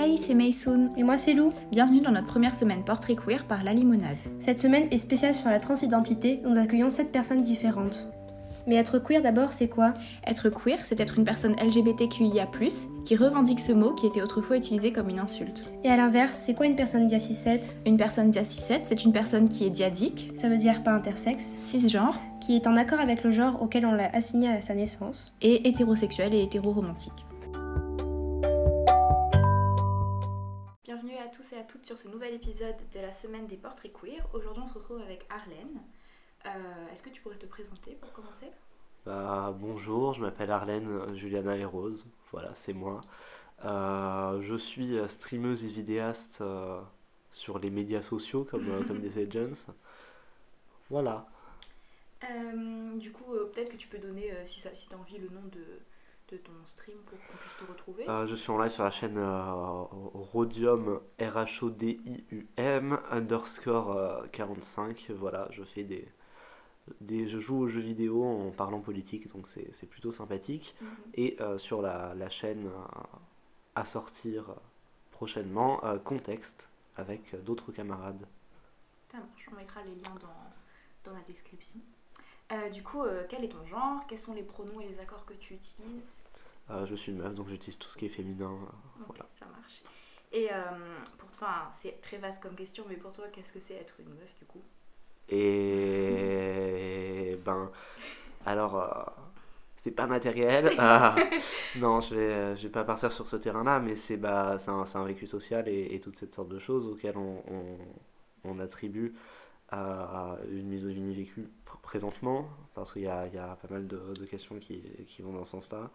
Hey, c'est Maysoon. Et moi c'est Lou. Bienvenue dans notre première semaine portrait queer par La Limonade. Cette semaine est spéciale sur la transidentité, nous accueillons 7 personnes différentes. Mais être queer d'abord, c'est quoi ? Être queer, c'est être une personne LGBTQIA+, qui revendique ce mot qui était autrefois utilisé comme une insulte. Et à l'inverse, c'est quoi une personne dia cis-het ? Une personne dia cis-het, c'est une personne qui est diadique, Ça veut dire pas intersexe, cisgenre, qui est en accord avec le genre auquel on l'a assigné à sa naissance. et hétérosexuelle et hétéroromantique. Bienvenue à tous et à toutes sur ce nouvel épisode de la semaine des portraits queer. Aujourd'hui, on se retrouve avec Arlène. Est-ce que tu pourrais te présenter pour commencer ? Bonjour, je m'appelle Arlène Juliana Rose, voilà, c'est moi. Je suis streameuse et vidéaste sur les médias sociaux comme des agents. Voilà. Du coup, peut-être que tu peux donner, si tu as envie, le nom de ton stream pour qu'on puisse te retrouver. Je suis en live sur la chaîne Rhodium, RHODIUM, _45. Voilà, je fais je joue aux jeux vidéo en parlant politique, donc c'est plutôt sympathique. Et sur la chaîne à sortir prochainement, Contexte, avec d'autres camarades. Ça marche, on mettra les liens dans la description. Du coup, quel est ton genre ? Quels sont les pronoms et les accords que tu utilises ? Je suis une meuf, donc j'utilise tout ce qui est féminin. Ok, voilà. ça marche. Et c'est très vaste comme question, mais pour toi, qu'est-ce que c'est être une meuf du coup ? Et alors, c'est pas matériel. Non, je vais pas partir sur ce terrain-là, mais c'est un vécu social et toute cette sorte de choses auxquelles on attribue une misogynie vécue présentement, parce qu'il y a pas mal de questions qui vont dans ce sens-là.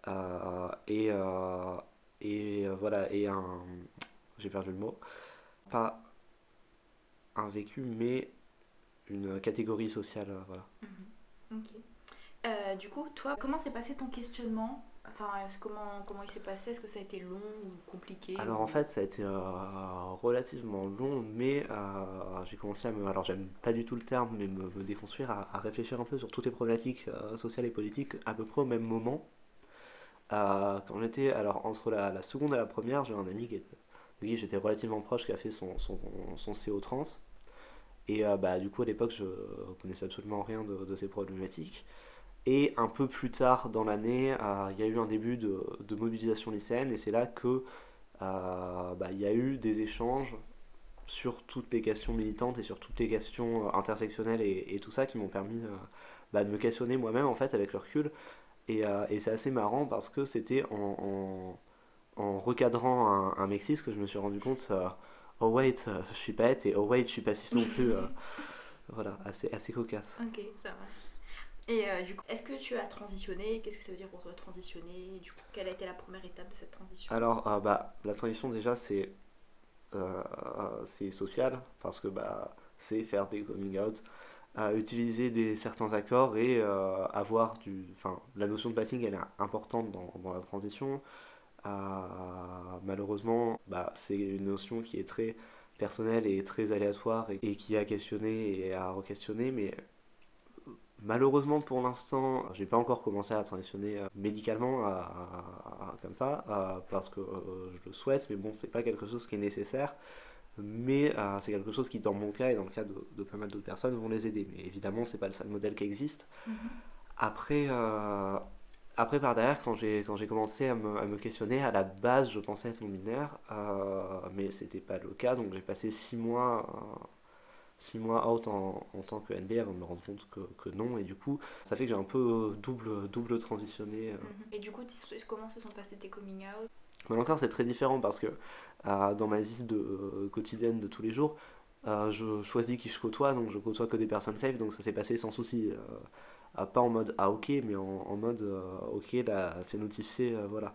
Voilà, j'ai perdu le mot. Pas un vécu, mais une catégorie sociale, voilà. Ok. Du coup, toi, comment s'est passé ton questionnement ? Enfin, comment il s'est passé ? Est-ce que ça a été long ou compliqué ? Alors en fait, ça a été relativement long, mais j'ai commencé alors j'aime pas du tout le terme, mais me déconstruire, à réfléchir un peu sur toutes les problématiques sociales et politiques à peu près au même moment. Quand j'étais, alors entre la seconde et la première, j'ai un ami de qui j'étais relativement proche, qui a fait son CO trans. Et du coup, à l'époque, je connaissais absolument rien de ces problématiques. Et un peu plus tard dans l'année, il y a eu un début de mobilisation lycéenne, et c'est là que il y a eu des échanges sur toutes les questions militantes et sur toutes les questions intersectionnelles et tout ça qui m'ont permis de me questionner moi-même en fait avec le recul. Et c'est assez marrant parce que c'était en recadrant un mexisme que je me suis rendu compte oh wait, je suis pas hête, et oh wait, je suis pas cis non plus. Voilà, assez cocasse. Ok, ça marche. Et du coup, est-ce que tu as transitionné ? Qu'est-ce que ça veut dire pour toi transitionner ? Du coup, quelle a été la première étape de cette transition ? Alors, la transition déjà, c'est social, parce que c'est faire des coming out, utiliser certains accords et avoir la notion de passing, elle est importante dans la transition. Malheureusement, c'est une notion qui est très personnelle et très aléatoire et qui a questionné et à re-questionner, mais malheureusement pour l'instant, j'ai pas encore commencé à transitionner médicalement comme ça, parce que je le souhaite, mais bon, c'est pas quelque chose qui est nécessaire, mais c'est quelque chose qui, dans mon cas et dans le cas de pas mal d'autres personnes, vont les aider. Mais évidemment, c'est pas le seul modèle qui existe. Après, par derrière, quand j'ai commencé à me questionner, à la base, je pensais être non-binaire, mais c'était pas le cas, donc j'ai passé 6 mois out en tant que NB avant de me rendre compte que non, et du coup, ça fait que j'ai un peu double transitionné. Et du coup, comment se sont passés tes coming out ? Mais encore, c'est très différent parce que dans ma vie quotidienne de tous les jours, je choisis qui je côtoie, donc je côtoie que des personnes safe, donc ça s'est passé sans souci. Pas en mode ok, mais en mode ok, là c'est notifié, voilà.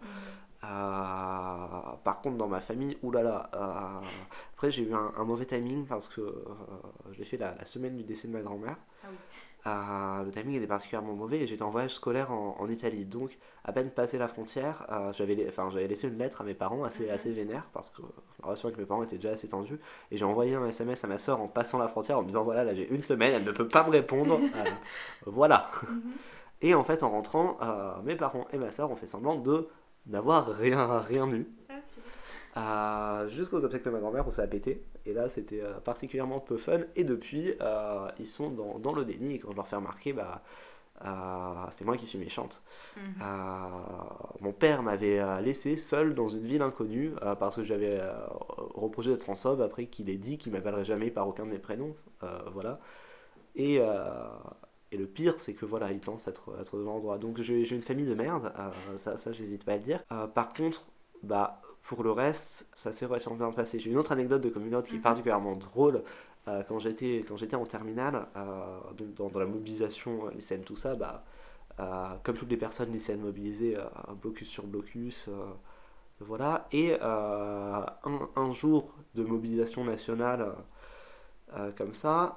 Par contre, dans ma famille, oulala. Après, j'ai eu un mauvais timing parce que je l'ai fait la semaine du décès de ma grand-mère. Ah oui. Le timing était particulièrement mauvais et j'étais en voyage scolaire en Italie. Donc, à peine passé la frontière, j'avais laissé une lettre à mes parents assez vénère parce que la relation avec mes parents était déjà assez tendue. Et j'ai envoyé un SMS à ma soeur en passant la frontière en me disant voilà, là j'ai une semaine, elle ne peut pas me répondre. Voilà. Et en fait, en rentrant, mes parents et ma soeur ont fait semblant de n'avoir rien eu. Jusqu'aux obsèques de ma grand-mère où ça a pété. Et là, c'était particulièrement peu fun. Et depuis, ils sont dans le déni. Et quand je leur fais remarquer, c'est moi qui suis méchante. Mon père m'avait laissé seul dans une ville inconnue parce que j'avais reproché d'être transphobe après qu'il ait dit qu'il m'appellerait jamais par aucun de mes prénoms. Voilà. Et, euh, et le pire, c'est que voilà, il pense être de l'endroit. Donc j'ai une famille de merde, ça j'hésite pas à le dire. Par contre, pour le reste, ça s'est relativement bien passé. J'ai une autre anecdote de coming out qui est particulièrement drôle. Quand j'étais en terminale, donc dans la mobilisation lycéenne, tout ça, comme toutes les personnes lycéennes mobilisées, blocus sur blocus, voilà. Et un jour de mobilisation nationale comme ça,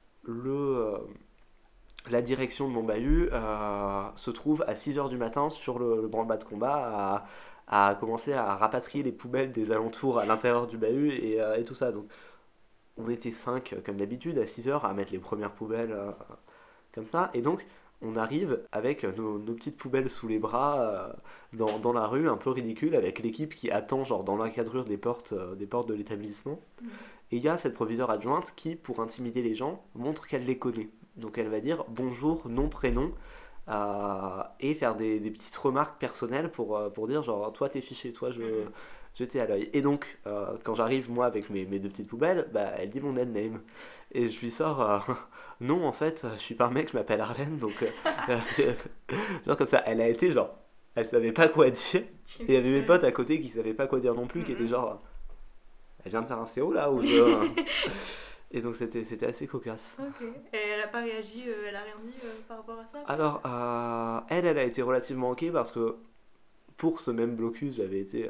la direction de mon bahut se trouve à 6h du matin sur le branle-bas de combat à commencer à rapatrier les poubelles des alentours à l'intérieur du bahut et tout ça. Donc on était 5 comme d'habitude à 6h à mettre les premières poubelles comme ça. Et donc on arrive avec nos petites poubelles sous les bras dans la rue, un peu ridicule, avec l'équipe qui attend genre dans l'encadrure des portes de l'établissement. Et il y a cette proviseure adjointe qui, pour intimider les gens, montre qu'elle les connaît. Donc elle va dire bonjour, nom, prénom, et faire des petites remarques personnelles pour dire genre toi t'es fiché, toi je t'ai à l'œil. Et donc quand j'arrive moi avec mes deux petites poubelles, elle dit mon dead name. Et je lui sors non en fait je suis pas un mec, je m'appelle Arlène, donc genre comme ça, elle a été genre, elle savait pas quoi dire. Et il y avait mes potes à côté qui savaient pas quoi dire non plus, qui étaient genre elle vient de faire un CO là ou Et donc c'était assez cocasse. Ok. Et elle a pas réagi, elle a rien dit par rapport à ça? Alors, elle a été relativement ok parce que pour ce même blocus, j'avais été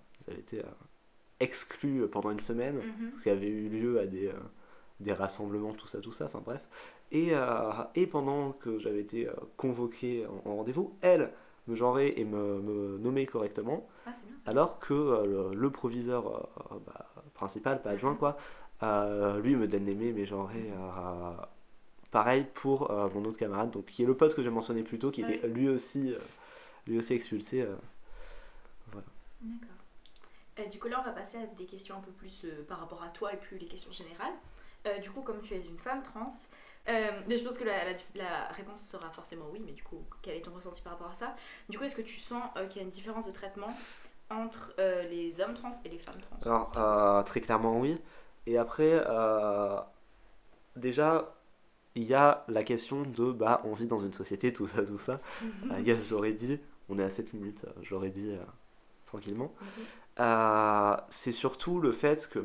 exclu pendant une semaine, ce qui avait eu lieu à des rassemblements, tout ça, enfin bref. Et pendant que j'avais été convoqué en rendez-vous, elle me genrait et me nommait correctement, c'est bien, ça. alors que le proviseur principal, pas adjoint quoi, lui me donne l'aimé, mais genrait pareil pour mon autre camarade, donc qui est le pote que j'ai mentionné plus tôt, qui était lui aussi expulsé. Voilà. D'accord. Du coup, là, on va passer à des questions un peu plus par rapport à toi et plus les questions générales. Du coup, comme tu es une femme trans, mais je pense que la réponse sera forcément oui, mais du coup, quel est ton ressenti par rapport à ça? Du coup, est-ce que tu sens qu'il y a une différence de traitement entre les hommes trans et les femmes trans? Alors, très clairement oui. Et après, déjà, il y a la question de on vit dans une société, tout ça. Yes, j'aurais dit, on est à 7 minutes, j'aurais dit tranquillement. C'est surtout le fait que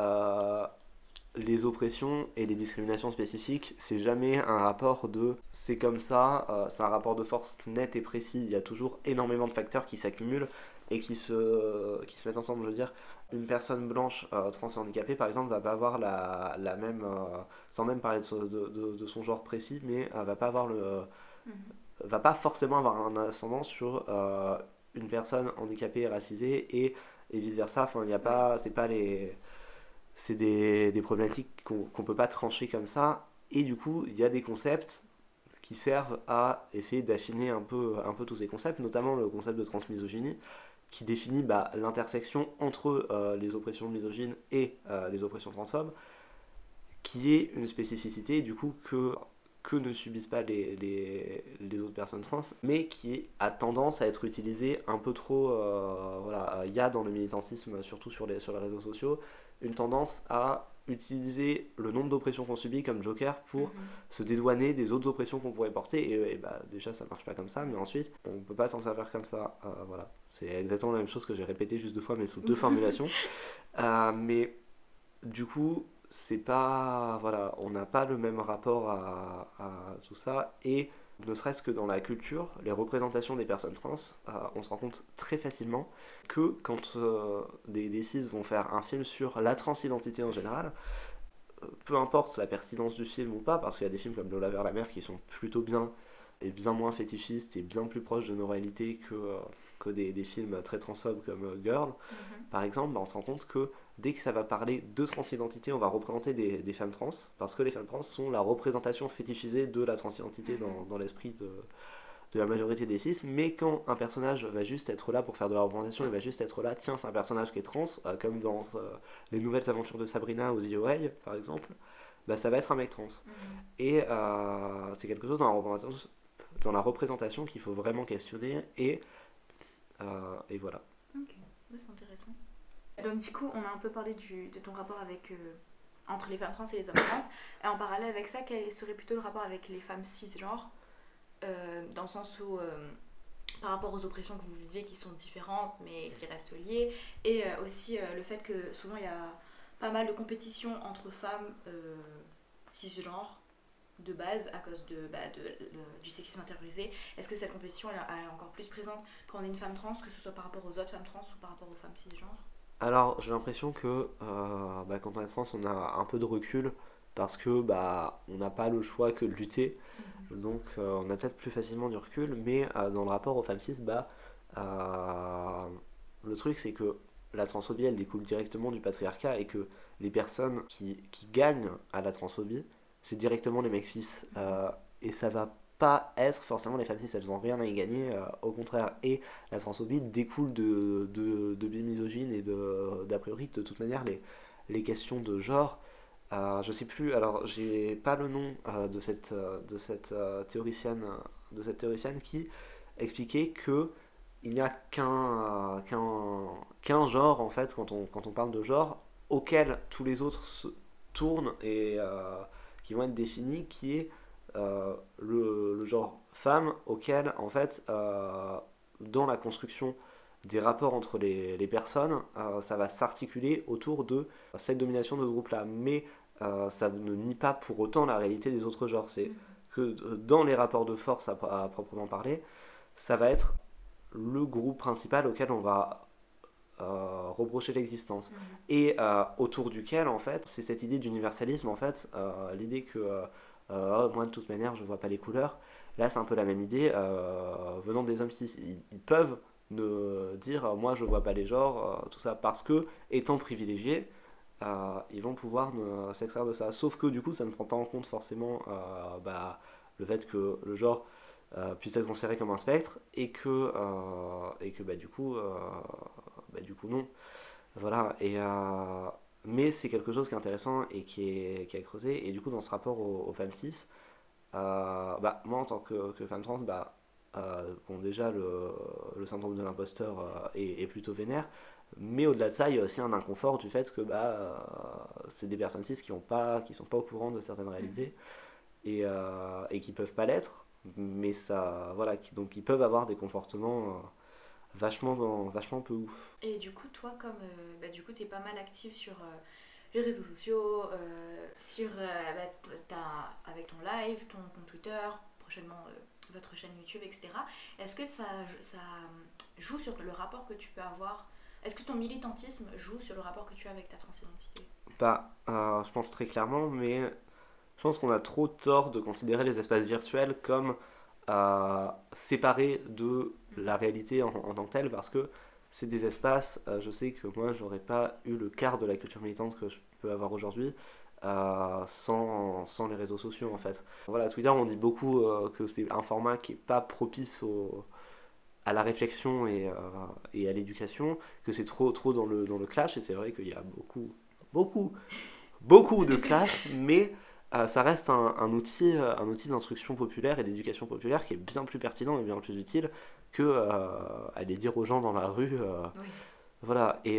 les oppressions et les discriminations spécifiques, c'est jamais un rapport de c'est comme ça, c'est un rapport de force net et précis. Il y a toujours énormément de facteurs qui s'accumulent et qui se mettent ensemble. Je veux dire, une personne blanche trans et handicapée, par exemple, va pas avoir la même, sans même parler de son genre précis, mais va pas avoir va pas forcément avoir un ascendant sur une personne handicapée et racisée et vice versa. Enfin, il y a pas, c'est des problématiques qu'on peut pas trancher comme ça. Et du coup, il y a des concepts qui servent à essayer d'affiner un peu tous ces concepts, notamment le concept de transmisogynie, qui définit l'intersection entre les oppressions misogynes et les oppressions transphobes, qui est une spécificité du coup que ne subissent pas les autres personnes trans, mais qui a tendance à être utilisée un peu trop. Voilà, il y a dans le militantisme, surtout sur les réseaux sociaux, une tendance à utiliser le nombre d'oppressions qu'on subit comme joker pour se dédouaner des autres oppressions qu'on pourrait porter. Et déjà, ça marche pas comme ça, mais ensuite, on peut pas s'en servir comme ça. Voilà, c'est exactement la même chose que j'ai répété juste 2 fois, mais sous 2 formulations. Mais du coup, c'est pas, voilà, on n'a pas le même rapport à tout ça. Et ne serait-ce que dans la culture, les représentations des personnes trans, on se rend compte très facilement que quand des cis vont faire un film sur la transidentité en général, peu importe la pertinence du film ou pas, parce qu'il y a des films comme Lola vers la mer qui sont plutôt bien et bien moins fétichistes et bien plus proches de nos réalités que des films très transphobes comme Girl, par exemple, on se rend compte que dès que ça va parler de transidentité, on va représenter des femmes trans, parce que les femmes trans sont la représentation fétichisée de la transidentité dans l'esprit de de la majorité des cis, mais quand un personnage va juste être là pour faire de la représentation, il va juste être là, tiens, c'est un personnage qui est trans, comme dans les nouvelles aventures de Sabrina aux ZOA, par exemple, bah ça va être un mec trans. Et c'est quelque chose dans la représentation qu'il faut vraiment questionner, et voilà. Ok, ouais, c'est intéressant. Donc du coup, on a un peu parlé de ton rapport avec entre les femmes trans et les hommes trans, et en parallèle avec ça, quel serait plutôt le rapport avec les femmes cisgenres, dans le sens où par rapport aux oppressions que vous vivez qui sont différentes mais qui restent liées, et aussi le fait que souvent il y a pas mal de compétitions entre femmes cisgenres de base à cause du sexisme intériorisé. Est-ce que cette compétition elle est encore plus présente quand on est une femme trans, que ce soit par rapport aux autres femmes trans ou par rapport aux femmes cisgenres? Alors j'ai l'impression que quand on est trans, on a un peu de recul, parce que on n'a pas le choix que de lutter. Donc on a peut-être plus facilement du recul, mais dans le rapport aux femmes cis, le truc c'est que la transphobie elle découle directement du patriarcat, et que les personnes qui gagnent à la transphobie, c'est directement les mecs cis. Et ça va pas être forcément les femmes cis, elles n'ont rien à y gagner, au contraire. Et la transphobie découle de biais misogynes et d'a priori, de toute manière, les questions de genre. Je sais plus, alors j'ai pas le nom de cette théoricienne, qui expliquait que il n'y a qu'un genre en fait quand on parle de genre auquel tous les autres se tournent, et qui vont être définis, qui est le genre femme, auquel en fait dans la construction des rapports entre les personnes, ça va s'articuler autour de cette domination de ce groupe-là. Mais ça ne nie pas pour autant la réalité des autres genres. C'est que dans les rapports de force à proprement parler, ça va être le groupe principal auquel on va reprocher l'existence. Et autour duquel, en fait, c'est cette idée d'universalisme, en fait, l'idée que moi, de toute manière, je vois pas les couleurs. Là, c'est un peu la même idée, venant des hommes cis. Ils peuvent dire moi je vois pas les genres, tout ça, parce que étant privilégiés, ils vont pouvoir s'extraire de ça. Sauf que du coup ça ne prend pas en compte forcément le fait que le genre puisse être considéré comme un spectre, et que du coup non, voilà. Et mais c'est quelque chose qui est intéressant et qui est creusé. Et du coup dans ce rapport aux femmes cis, moi en tant que femme trans, bon, déjà le syndrome de l'imposteur est plutôt vénère, mais au-delà de ça, il y a aussi un inconfort du fait que c'est des personnes cis qui sont pas au courant de certaines réalités, et qui peuvent pas l'être, mais ça, voilà, donc ils peuvent avoir des comportements vachement peu ouf. Et du coup, toi, comme du coup, t'es pas mal active sur les réseaux sociaux, avec ton live, ton compte Twitter, prochainement votre chaîne YouTube, etc. Est-ce que ça joue sur le rapport que tu peux avoir? Est-ce que ton militantisme joue sur le rapport que tu as avec ta transidentité? Je pense très clairement, mais je pense qu'on a trop tort de considérer les espaces virtuels comme séparés de la réalité en tant que telle, parce que c'est des espaces, je sais que moi j'aurais pas eu le quart de la culture militante que je peux avoir aujourd'hui sans les réseaux sociaux en fait. Voilà, Twitter, on dit beaucoup que c'est un format qui est pas propice à la réflexion et à l'éducation, que c'est trop dans le clash, et c'est vrai qu'il y a beaucoup de clash, mais ça reste un outil d'instruction populaire et d'éducation populaire qui est bien plus pertinent et bien plus utile que aller dire aux gens dans la rue. Oui. Voilà, et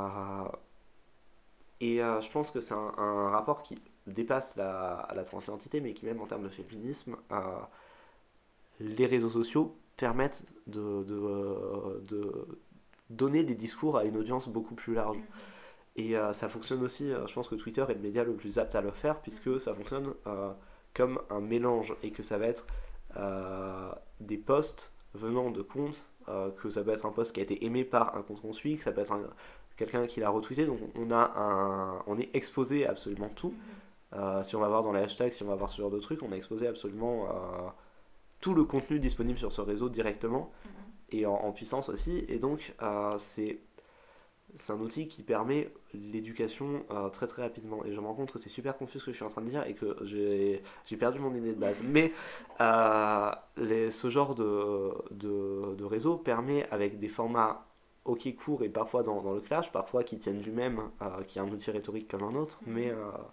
je pense que c'est un rapport qui dépasse la transidentité, mais qui, même en termes de féminisme, les réseaux sociaux permettent de donner des discours à une audience beaucoup plus large. Et ça fonctionne aussi, je pense que Twitter est le média le plus apte à le faire, puisque ça fonctionne comme un mélange, et que ça va être des posts venant de comptes, que ça peut être un post qui a été aimé par un compte qu'on suit, que ça peut être quelqu'un qui l'a retweeté, donc on est exposé à absolument tout. Si on va voir dans les hashtags, si on va voir ce genre de trucs, on est exposé absolument tout le contenu disponible sur ce réseau directement, et en puissance aussi. Et donc c'est c'est un outil qui permet l'éducation très très rapidement. Et je me rends compte que c'est super confus ce que je suis en train de dire et que j'ai perdu mon idée de base. Mais ce genre de réseau permet, avec des formats ok courts et parfois dans le clash, parfois qui tiennent du même, qui est un outil rhétorique comme un autre, mais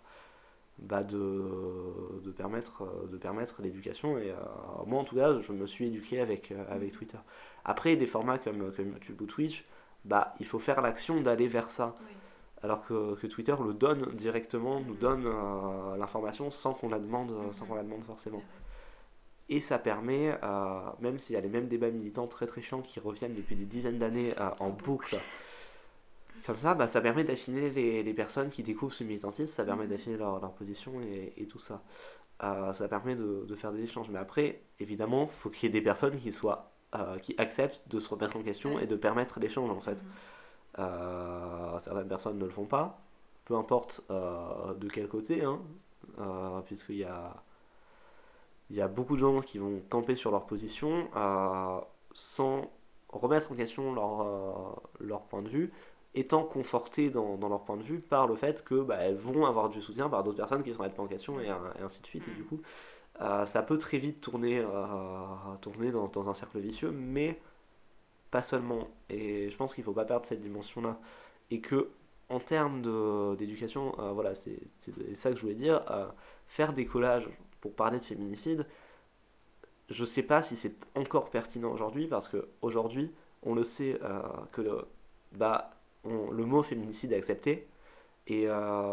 de permettre l'éducation. Et moi, en tout cas, je me suis éduqué avec Twitter. Après, des formats comme YouTube ou Twitch, il faut faire l'action d'aller vers ça. Oui. Alors que Twitter le donne directement, nous donne l'information sans qu'on la demande, sans qu'on la demande forcément. Et ça permet, même s'il y a les mêmes débats militants très très chiants qui reviennent depuis des dizaines d'années en boucle, comme ça, ça permet d'affiner les personnes qui découvrent ce militantisme, ça permet d'affiner leur position et tout ça. Ça permet de faire des échanges. Mais après, évidemment, il faut qu'il y ait des personnes qui acceptent de se remettre en question et de permettre l'échange en fait. Certaines personnes ne le font pas, peu importe de quel côté, hein, puisqu'il y a beaucoup de gens qui vont camper sur leur position sans remettre en question leur point de vue, étant confortés dans leur point de vue par le fait que elles vont avoir du soutien par d'autres personnes qui ne se remettent pas en question et ainsi de suite. Et du coup, ça peut très vite tourner dans un cercle vicieux, mais pas seulement. Et je pense qu'il ne faut pas perdre cette dimension-là. Et que, en termes d'éducation, voilà, c'est ça que je voulais dire. Faire des collages pour parler de féminicide, je ne sais pas si c'est encore pertinent aujourd'hui, parce qu'aujourd'hui, on le sait que le mot féminicide est accepté. Et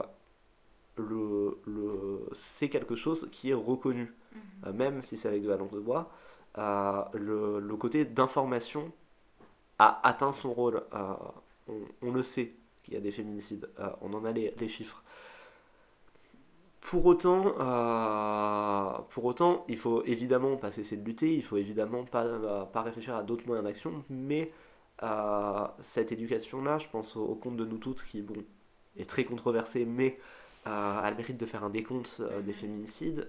c'est quelque chose qui est reconnu, même si c'est avec de la langue de bois. Le côté d'information a atteint son rôle. On le sait qu'il y a des féminicides, on en a les chiffres. Pour autant, il faut évidemment pas cesser de lutter, il faut évidemment pas réfléchir à d'autres moyens d'action, mais cette éducation-là, je pense au compte de nous toutes, qui est très controversée, mais a le mérite de faire un décompte des féminicides.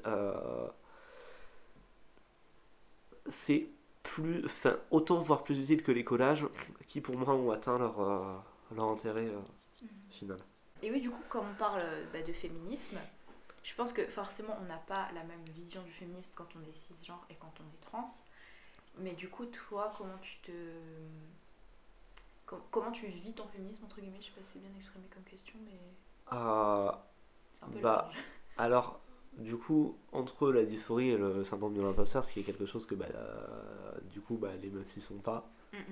C'est autant voire plus utile que les collages, qui pour moi ont atteint leur intérêt final. Et oui, du coup, quand on parle de féminisme, je pense que forcément on n'a pas la même vision du féminisme quand on est cisgenre et quand on est trans. Mais du coup, toi, comment tu vis ton féminisme, entre guillemets? Je sais pas si c'est bien exprimé comme question, mais c'est un peu large. Alors, du coup, entre la dysphorie et le syndrome de l'imposteur, ce qui est quelque chose que du coup les meufs s'y sont pas,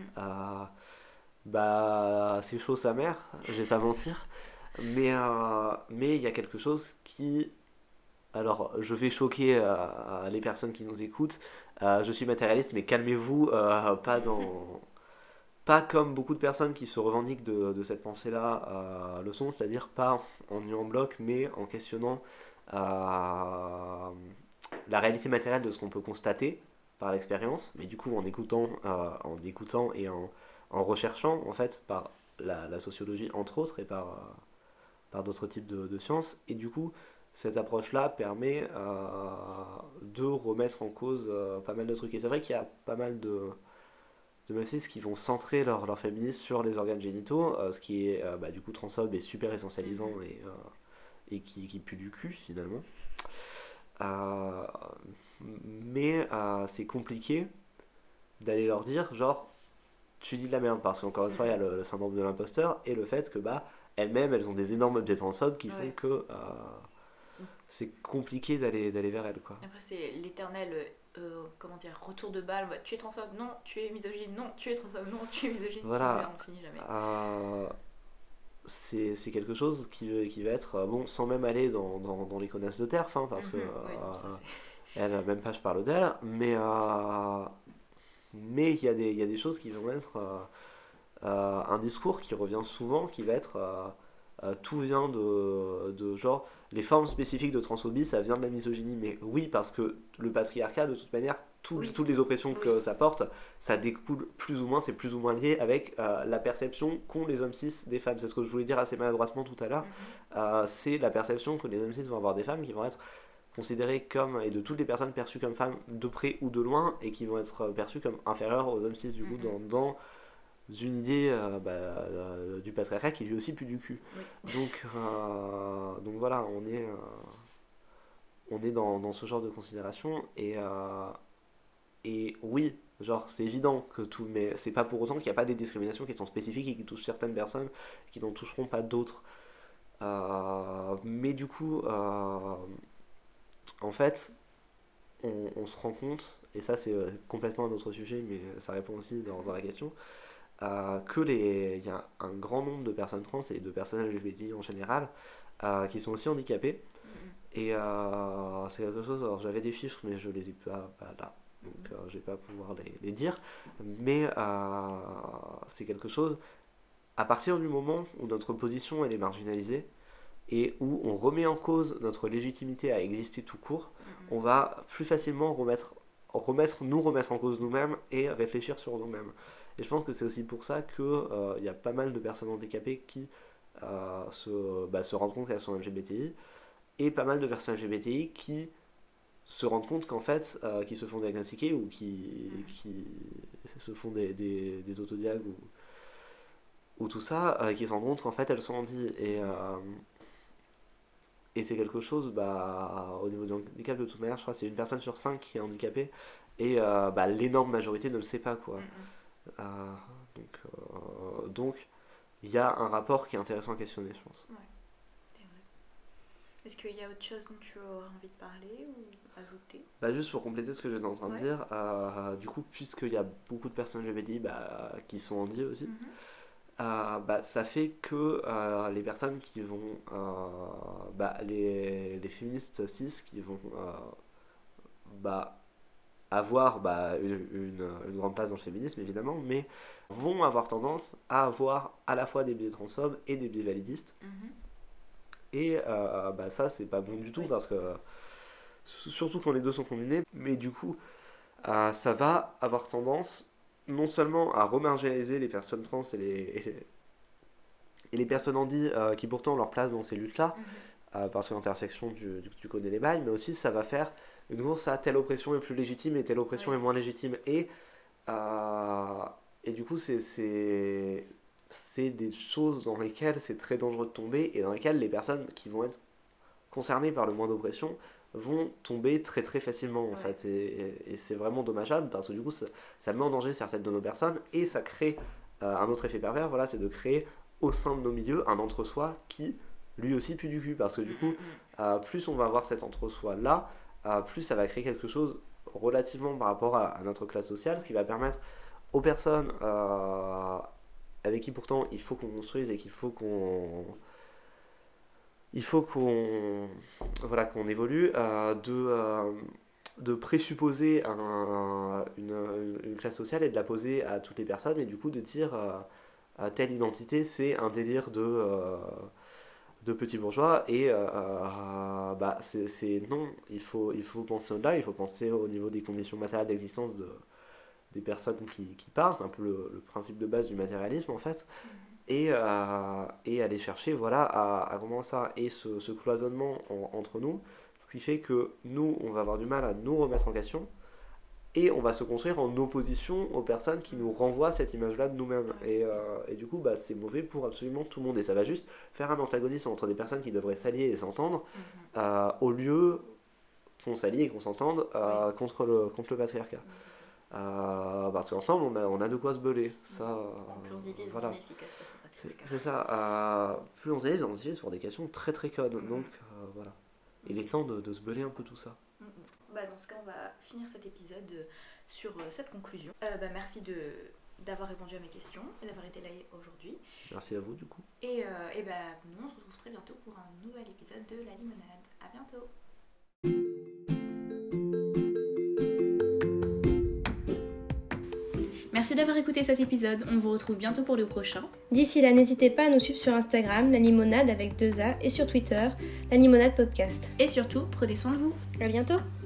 c'est chaud sa mère, je vais pas mentir, mais il y a quelque chose qui, alors je vais choquer les personnes qui nous écoutent, je suis matérialiste, mais calmez-vous, pas comme beaucoup de personnes qui se revendiquent de cette pensée-là le sont, c'est-à-dire pas en niant en bloc, mais en questionnant la réalité matérielle de ce qu'on peut constater par l'expérience, mais du coup en écoutant et en recherchant en fait par la sociologie entre autres et par d'autres types de sciences. Et du coup cette approche-là permet de remettre en cause pas mal de trucs. Et c'est vrai qu'il y a pas mal de meufs cis qui vont centrer leur féminisme sur les organes génitaux, ce qui est du coup transphobe et super essentialisant et qui pue du cul finalement. Mais c'est compliqué d'aller leur dire genre tu dis de la merde, parce qu'encore une fois il y a le syndrome de l'imposteur et le fait que elles-mêmes elles ont des énormes objets transphobes qui font que c'est compliqué d'aller vers elles, quoi. Après c'est l'éternel retour de balle, tu es transphobe, non, tu es misogyne, non, tu es transphobe, non, tu es misogyne, voilà. on finit jamais. C'est quelque chose qui va être sans même aller dans les connasses de TERF, hein, parce que elle, même pas je parle d'elle, mais il y a des choses qui vont être un discours qui revient souvent, qui va être tout vient de genre les formes spécifiques de transphobie, ça vient de la misogynie. Mais oui, parce que le patriarcat, de toute manière, toutes les oppressions que ça porte, ça découle plus ou moins, c'est plus ou moins lié avec la perception qu'ont les hommes cis des femmes. C'est ce que je voulais dire assez maladroitement tout à l'heure. C'est la perception que les hommes cis vont avoir des femmes qui vont être considérées comme, et de toutes les personnes perçues comme femmes de près ou de loin, et qui vont être perçues comme inférieures aux hommes cis du coup dans une idée du patriarcat qui lui aussi pue du cul. Oui. Donc voilà, on est dans ce genre de considération et oui, genre c'est évident que tout, mais c'est pas pour autant qu'il n'y a pas des discriminations qui sont spécifiques et qui touchent certaines personnes qui n'en toucheront pas d'autres. Mais du coup, en fait, on se rend compte, et ça c'est complètement un autre sujet, mais ça répond aussi dans la question, il y a un grand nombre de personnes trans et de personnes LGBT en général qui sont aussi handicapées. Et c'est quelque chose, alors j'avais des chiffres mais je les ai pas là, donc je vais pas pouvoir les dire, mais c'est quelque chose, à partir du moment où notre position elle est marginalisée et où on remet en cause notre légitimité à exister tout court, on va plus facilement nous remettre en cause nous-mêmes et réfléchir sur nous-mêmes. Et je pense que c'est aussi pour ça que y a pas mal de personnes handicapées qui se rendent compte qu'elles sont LGBTI, et pas mal de personnes LGBTI qui se rendent compte qu'en fait, qui se font diagnostiquer ou qui se font des autodiag ou tout ça, qui se rendent compte qu'en fait elles sont handies. Et c'est quelque chose, au niveau du handicap, de toute manière, je crois que c'est 1 personne sur 5 qui est handicapée, et l'énorme majorité ne le sait pas, quoi. Donc, il y a un rapport qui est intéressant à questionner, je pense. Ouais, c'est vrai. Est-ce qu'il y a autre chose dont tu aurais envie de parler ou ajouter ? Juste pour compléter ce que j'étais en train de dire, du coup, puisqu'il y a beaucoup de personnes LGBTI qui sont handies aussi, ça fait que les personnes qui vont les féministes cis qui vont avoir une grande place dans le féminisme évidemment, mais vont avoir tendance à avoir à la fois des biais transphobes et des biais validistes. Et ça c'est pas bon du tout, parce que surtout quand les deux sont combinés, mais du coup ça va avoir tendance non seulement à remarginaliser les personnes trans et les personnes handies qui pourtant ont leur place dans ces luttes-là, parce que l'intersection, tu connais les bails, mais aussi ça va faire une course à telle oppression est plus légitime et telle oppression est moins légitime. Et du coup, c'est des choses dans lesquelles c'est très dangereux de tomber et dans lesquelles les personnes qui vont être concernées par le moins d'oppression vont tomber très très facilement en fait, et c'est vraiment dommageable parce que du coup ça met en danger certaines de nos personnes et ça crée un autre effet pervers, voilà, c'est de créer au sein de nos milieux un entre-soi qui lui aussi pue du cul, parce que du coup plus on va avoir cet entre-soi là, plus ça va créer quelque chose relativement par rapport à notre classe sociale, ce qui va permettre aux personnes avec qui pourtant il faut qu'on construise et qu'il faut qu'on qu'on évolue, de présupposer une classe sociale et de la poser à toutes les personnes, et du coup de dire telle identité c'est un délire de petits bourgeois, et non, il faut penser au-delà, il faut penser au niveau des conditions matérielles d'existence des personnes qui parlent, c'est un peu le principe de base du matérialisme en fait. Et aller chercher, voilà, à comment ça, et ce cloisonnement entre nous, ce qui fait que nous, on va avoir du mal à nous remettre en question, et on va se construire en opposition aux personnes qui nous renvoient cette image-là de nous-mêmes. Et du coup, c'est mauvais pour absolument tout le monde, et ça va juste faire un antagonisme entre des personnes qui devraient s'allier et s'entendre, au lieu qu'on s'allie et qu'on s'entende contre le patriarcat. Parce qu'ensemble on a de quoi se beuler. Ça, plus on divise, voilà. on est efficace face au patriarcat. C'est ça. Plus on divise, on divise pour des questions très très connes. Donc voilà. Il est temps de se beuler un peu tout ça. Dans ce cas, on va finir cet épisode sur cette conclusion. Merci d'avoir répondu à mes questions et d'avoir été là aujourd'hui. Merci à vous du coup. Et nous on se retrouve très bientôt pour un nouvel épisode de La Limonade. À bientôt. Merci d'avoir écouté cet épisode, on vous retrouve bientôt pour le prochain. D'ici là, n'hésitez pas à nous suivre sur Instagram, La Limonade avec 2 A, et sur Twitter, La Limonade Podcast. Et surtout, prenez soin de vous. À bientôt.